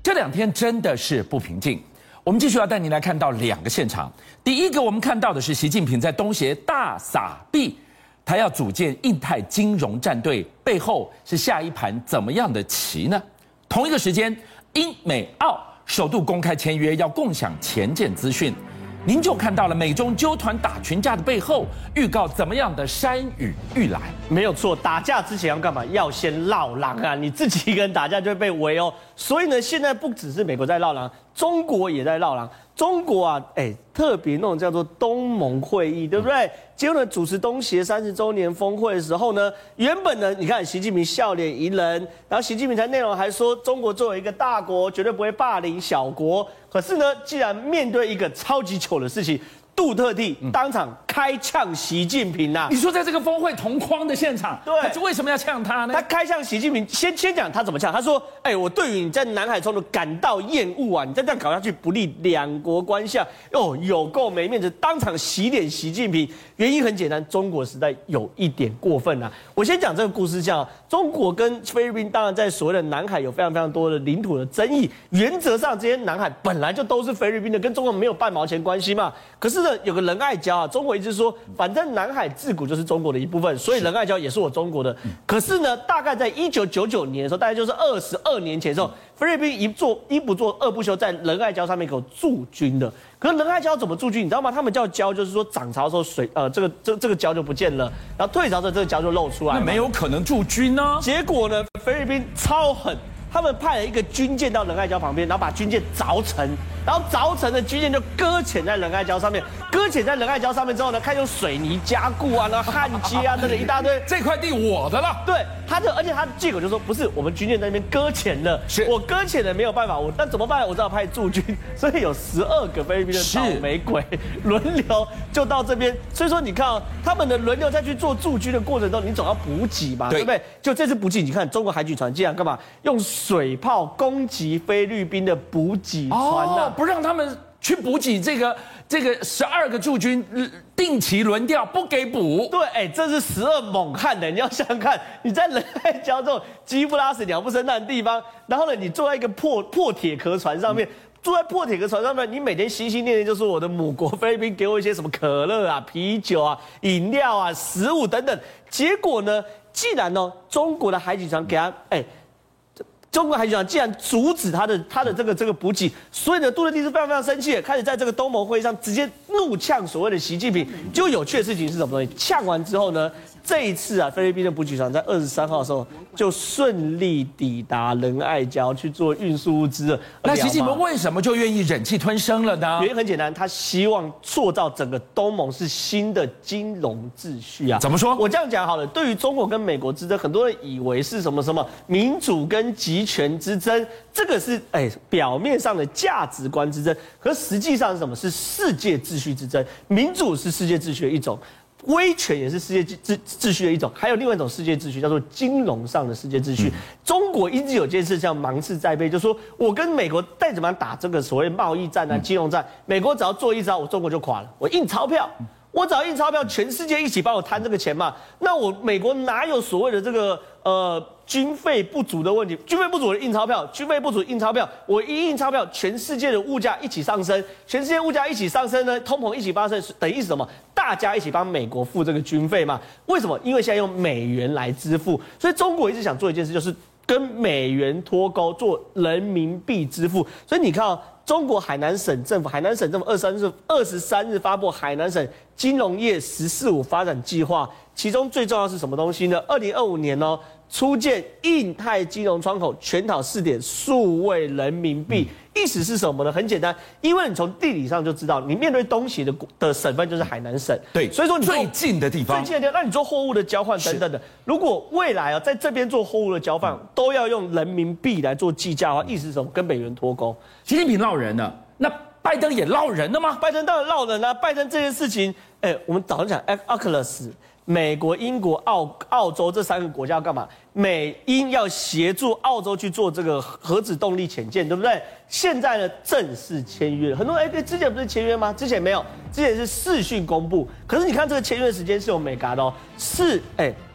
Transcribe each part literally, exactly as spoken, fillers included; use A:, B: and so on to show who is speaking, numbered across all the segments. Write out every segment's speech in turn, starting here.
A: 这两天真的是不平静。我们继续要带您来看到两个现场。第一个，我们看到的是习近平在东协大撒币，他要组建印太金融战队，背后是下一盘怎么样的棋呢？同一个时间，英美澳首度公开签约，要共享前舰资讯。您就看到了美中纠团打群架的背后，预告怎么样的山雨欲来？
B: 没有错，打架之前要干嘛？要先绕狼啊！你自己一个人打架就会被围哦。所以呢，现在不只是美国在绕狼，中国也在绕狼。中国啊，哎，特别那种叫做东盟会议，对不对？结果呢，主持东协三十周年峰会的时候呢，原本呢，你看习近平笑脸迎人，然后习近平在内容还说，中国作为一个大国，绝对不会霸凌小国。可是呢，既然面对一个超级糗的事情，杜特地当场开呛习近平呐、啊！
A: 你说在这个峰会同框的现场，
B: 对，
A: 这为什么要呛他呢？
B: 他开呛习近平，先先讲他怎么呛。他说：“哎、欸，我对于你在南海冲突感到厌恶啊，你再这样搞下去不利两国关系啊！哦，有够没面子，当场洗脸习近平。原因很简单，中国实在有一点过分啊！我先讲这个故事，讲中国跟菲律宾当然在所谓的南海有非常非常多的领土的争议，原则上这些南海本来就都是菲律宾的，跟中国没有半毛钱关系嘛。可是呢，有个仁爱礁啊，中国一直说，反正南海自古就是中国的一部分，所以仁爱礁也是我中国的。可是呢，大概在一九九九年的时候，大概就是二十二年前的时候，菲律宾一做一不做二不休，在仁爱礁上面给我驻军的。可是仁爱礁怎么驻军？你知道吗？他们叫礁，就是说涨潮的时候水呃这个这这个礁就不见了，然后退潮的时候这个礁就露出来。
A: 那没有可能驻军呢？
B: 结果呢，菲律宾超狠。他们派了一个军舰到仁爱礁旁边，然后把军舰凿沉，然后凿沉的军舰就搁浅在仁爱礁上面。搁浅在仁爱礁上面之后呢，开始用水泥加固啊，然后焊接啊，等等一大堆。
A: 这块地我的了。
B: 对，他就而且他借口就说不是我们军舰在那边搁浅了，是我搁浅了没有办法，我那怎么办？我只好派驻军，所以有十二个菲律宾的倒霉鬼轮流就到这边。所以说你看哦，他们的轮流再去做驻军的过程中，你总要补给嘛，对不对？就这次补给，你看中国海警船竟然干嘛用水炮攻击菲律宾的补给船呢、啊
A: 哦？不让他们去补给这个这个十二个驻军定期轮调，不给补。
B: 对，哎，这是十二猛汉的，你要想想看，你在仁爱礁这种鸡不拉屎、鸟不生蛋的地方，然后呢，你坐在一个破破铁壳船上面。嗯坐在破铁壳船上面，你每天心心念念就说我的母国菲律宾给我一些什么可乐啊、啤酒啊、饮料啊、食物等等。结果呢，既然呢中国的海警船给他，哎，中国海警船既然阻止他的他的这个这个补给，所以呢杜特地是非常非常生气的，开始在这个东盟会议上直接怒呛所谓的习近平。就有趣的事情是什么东西？呛完之后呢？这一次啊，菲律宾的补给船在二十三号的时候就顺利抵达仁爱礁去做运输物资了。
A: 那习近平为什么就愿意忍气吞声了呢？
B: 原因很简单，他希望塑造整个东盟是新的金融秩序啊。
A: 怎么说？
B: 我这样讲好了，对于中国跟美国之争，很多人以为是什么什么民主跟集权之争，这个是哎表面上的价值观之争，可实际上是什么？是世界秩序之争。民主是世界秩序的一种。威权也是世界秩秩序的一种，还有另外一种世界秩序叫做金融上的世界秩序。嗯、中国一直有件事叫芒刺在背，就说我跟美国再怎么样打这个所谓贸易战啊、金融战，美国只要做一招，我中国就垮了。我印钞票，我只要印钞票，全世界一起帮我摊这个钱嘛。那我美国哪有所谓的这个呃？军费不足的问题，军费不足的印钞票，军费不足印钞票，我一印钞票，全世界的物价一起上升，全世界物价一起上升呢，通膨一起发生，等于什么？大家一起帮美国付这个军费嘛？为什么？因为现在用美元来支付，所以中国一直想做一件事，就是跟美元脱钩，做人民币支付。所以你看哦，中国海南省政府，海南省政府二十三日二十三日发布海南省金融业“十四五”发展计划，其中最重要是什么东西呢？二零二五年哦。初建印太金融窗口，全讨试点数位人民币，意思是什么呢？很简单，因为你从地理上就知道，你面对东协的的省份就是海南省，
A: 对，
B: 所以说你
A: 最近的地方，
B: 最近的地方，那你做货物的交换等等的，如果未来啊在这边做货物的交换都要用人民币来做计价的话，意思是什么？跟美元脱钩。
A: 习近平闹人了，那拜登也闹人了吗？
B: 拜登当然闹人了、啊，拜登这件事情，哎，我们早上讲 A C U S。美国、英国、澳澳洲这三个国家要干嘛？美英要协助澳洲去做这个核子动力潜舰，对不对？现在呢正式签约了，很多人哎，之前不是签约吗？之前没有，之前是视讯公布。可是你看这个签约的时间是有美嘎的哦，是哎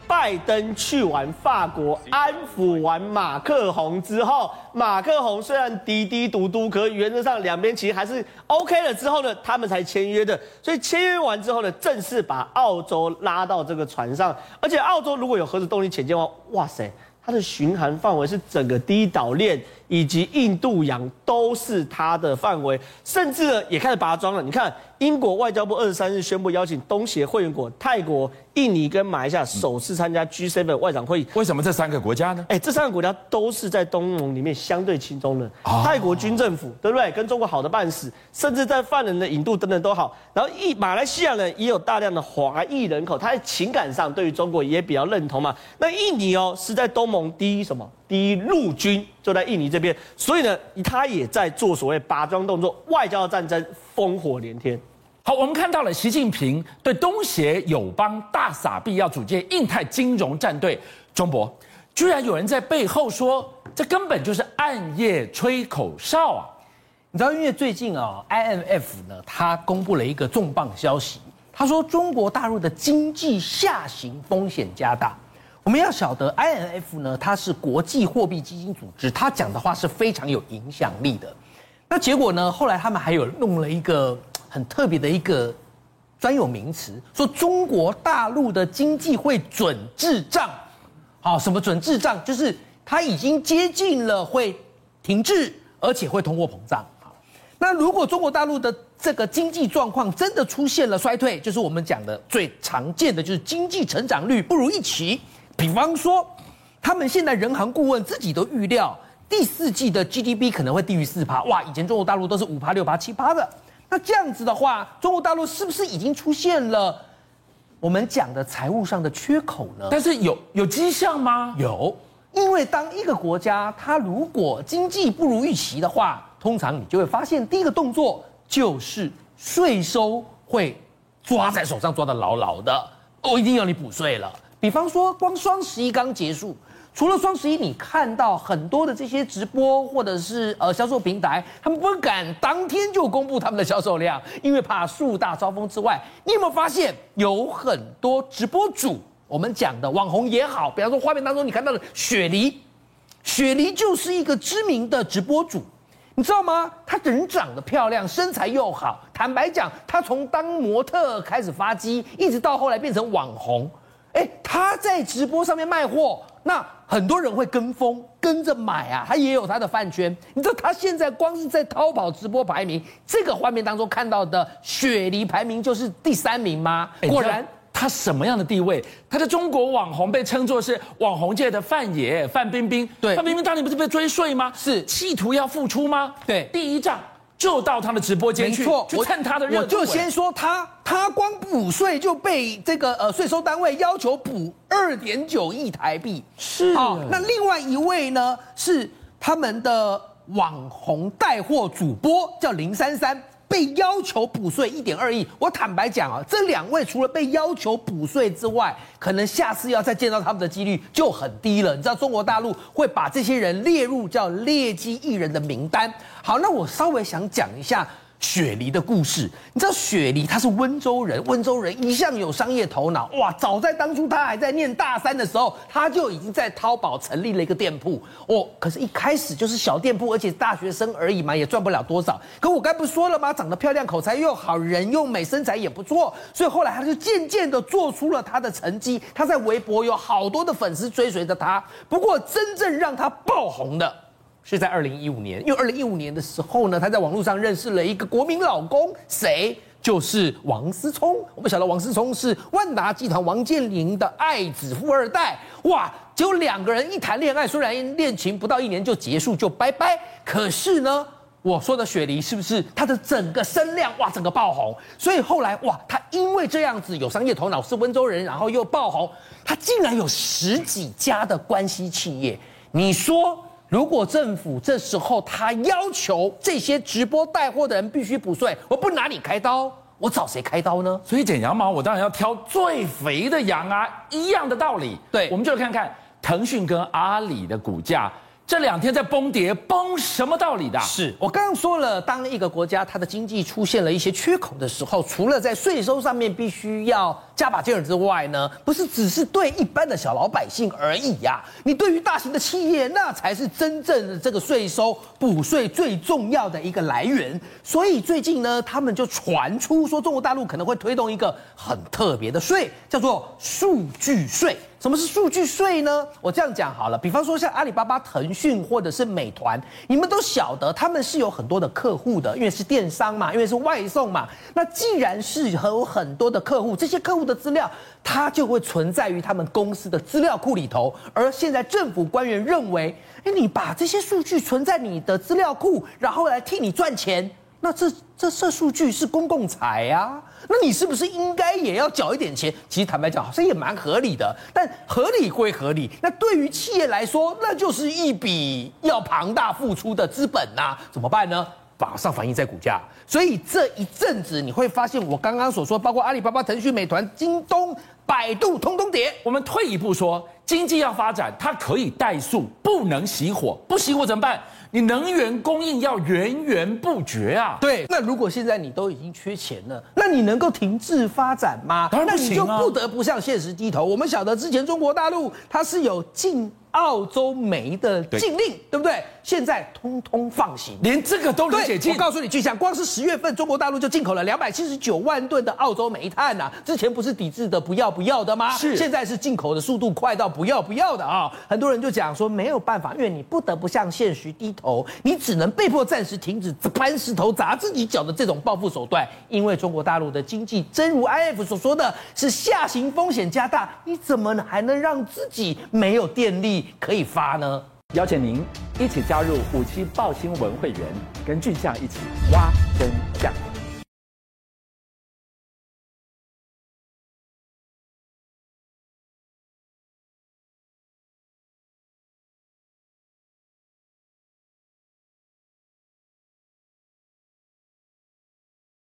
B: 拜登去完法国安抚完马克宏之后，马克宏虽然滴滴嘟嘟，可原则上两边其实还是 OK 了之后呢，他们才签约的。所以签约完之后呢，正式把澳洲拉到这个船上，而且澳洲如果有核子动力潜舰的话，哇塞！它的巡航范围是整个第一岛链以及印度洋都是它的范围，甚至呢也开始拔桩了。你看，英国外交部二十三日宣布邀请东协会员国泰国、印尼跟马来西亚首次参加 G 七 外长会议。
A: 为什么这三个国家呢？
B: 哎，这三个国家都是在东盟里面相对亲中的。哦、泰国军政府对不对？跟中国好的半死，甚至在犯人的引渡等等都好。然后印马来西亚呢也有大量的华裔人口，他在情感上对于中国也比较认同嘛。那印尼哦是在东盟第一什么？第一陆军就在印尼这边，所以呢，他也在做所谓拔桩动作，外交战争烽火连天。
A: 好，我们看到了习近平对东协友邦大撒币要组建印太金融战队，中博居然有人在背后说，这根本就是暗夜吹口哨啊！
C: 你知道，因为最近啊 ，I M F 呢，它公布了一个重磅消息，他说中国大陆的经济下行风险加大。我们要晓得 ，I M F 呢，它是国际货币基金组织，它讲的话是非常有影响力的。那结果呢，后来他们还有弄了一个很特别的一个专有名词，说中国大陆的经济会准滞胀。好，什么准滞胀？就是它已经接近了会停滞，而且会通货膨胀。好，那如果中国大陆的这个经济状况真的出现了衰退，就是我们讲的最常见的，就是经济成长率不如预期。比方说，他们现在人行顾问自己都预料第四季的 G D P 可能会低于四趴，哇，以前中国大陆都是五趴、六趴、七趴的。那这样子的话，中国大陆是不是已经出现了我们讲的财务上的缺口呢？
A: 但是有有迹象吗？
C: 有，因为当一个国家它如果经济不如预期的话，通常你就会发现第一个动作就是税收会抓在手上抓得牢牢的，我一定要你补税了。比方说，光双十一刚结束，除了双十一，你看到很多的这些直播或者是呃销售平台，他们不敢当天就公布他们的销售量，因为怕树大招风之外，你有没有发现有很多直播主，我们讲的网红也好，比方说画面当中你看到的雪梨，雪梨就是一个知名的直播主。你知道吗？她人长得漂亮，身材又好。坦白讲，她从当模特开始发迹，一直到后来变成网红。哎，他在直播上面卖货，那很多人会跟风跟着买啊，他也有他的饭圈。你知道他现在光是在淘宝直播排名，这个画面当中看到的雪梨排名就是第三名吗？果然。
A: 他什么样的地位？他在中国网红被称作是网红界的范爷范冰冰。
C: 对，
A: 范冰冰当年不是被追税吗？
C: 是
A: 企图要复出吗？
C: 对，
A: 第一仗就到他的直播间去，
C: 没错，
A: 去蹭他的热度。
C: 我就先说他，他光补税就被这个呃税收单位要求补二点九亿台币。
A: 是。
C: 好，那另外一位呢是他们的网红带货主播，叫林珊珊。被要求补税一点二亿，我坦白讲啊，这两位除了被要求补税之外，可能下次要再见到他们的几率就很低了。你知道中国大陆会把这些人列入叫劣迹艺人的名单。好，那我稍微想讲一下雪梨的故事。你知道雪梨他是温州人，温州人一向有商业头脑，哇！早在当初他还在念大三的时候，他就已经在淘宝成立了一个店铺。哦，可是一开始就是小店铺，而且大学生而已嘛，也赚不了多少。可我刚不说了吗？长得漂亮，口才又好，人又美，身材也不错，所以后来他就渐渐的做出了他的成绩。他在微博有好多的粉丝追随着他。不过真正让他爆红的是在二零一五年，因为二零一五年的时候呢，他在网络上认识了一个国民老公，谁？就是王思聪。我们晓得王思聪是万达集团王健林的爱子富二代，哇！结果两个人一谈恋爱，虽然恋情不到一年就结束就拜拜，可是呢，我说的雪梨是不是她的整个声量哇，整个爆红？所以后来哇，她因为这样子有商业头脑，是温州人，然后又爆红，她竟然有十几家的关系企业。你说？如果政府这时候他要求这些直播带货的人必须补税，我不拿你开刀，我找谁开刀呢？
A: 所以剪羊毛，我当然要挑最肥的羊啊，一样的道理。
C: 对，
A: 我们就看看腾讯跟阿里的股价这两天在崩跌，崩什么道理的？
C: 是我刚刚说了，当一个国家它的经济出现了一些缺口的时候，除了在税收上面必须要加加把劲儿之外呢，不是只是对一般的小老百姓而已呀、啊，你对于大型的企业，那才是真正的这个税收补税最重要的一个来源。所以最近呢，他们就传出说，中国大陆可能会推动一个很特别的税，叫做数据税。什么是数据税呢？我这样讲好了，比方说像阿里巴巴、腾讯或者是美团，你们都晓得他们是有很多的客户的，因为是电商嘛，因为是外送嘛。那既然是有很多的客户，这些客户的资料，它就会存在于他们公司的资料库里头。而现在政府官员认为，哎，你把这些数据存在你的资料库，然后来替你赚钱。那这这这数据是公共财啊，那你是不是应该也要缴一点钱？其实坦白讲，好像也蛮合理的。但合理归合理，那对于企业来说，那就是一笔要庞大付出的资本呐、啊，怎么办呢？马上反映在股价。所以这一阵子你会发现，我刚刚所说，包括阿里巴巴、腾讯、美团、京东、百度，通通跌。
A: 我们退一步说，经济要发展，它可以怠速，不能熄火。不熄火怎么办？你能源供应要源源不绝啊！
C: 对，那如果现在你都已经缺钱了，那你能够停滞发展吗？
A: 当然不行啊！
C: 那你就不得不向现实低头。我们晓得之前中国大陆它是有禁澳洲煤的禁令， 对, 对不对？现在通通放行，
A: 连这个都能解禁。
C: 我告诉你，巨象，光是十月份，中国大陆就进口了两百七十九万吨的澳洲煤炭呐、啊。之前不是抵制的不要不要的吗？
A: 是，
C: 现在是进口的速度快到不要不要的啊！很多人就讲说没有办法，因为你不得不向现实低头，你只能被迫暂时停止搬石头砸自己脚的这种报复手段。因为中国大陆的经济，真如 I F 所说的是下行风险加大，你怎么还能让自己没有电力可以发呢？
A: 邀请您一起加入五七爆新闻会员，跟俊相一起挖真相。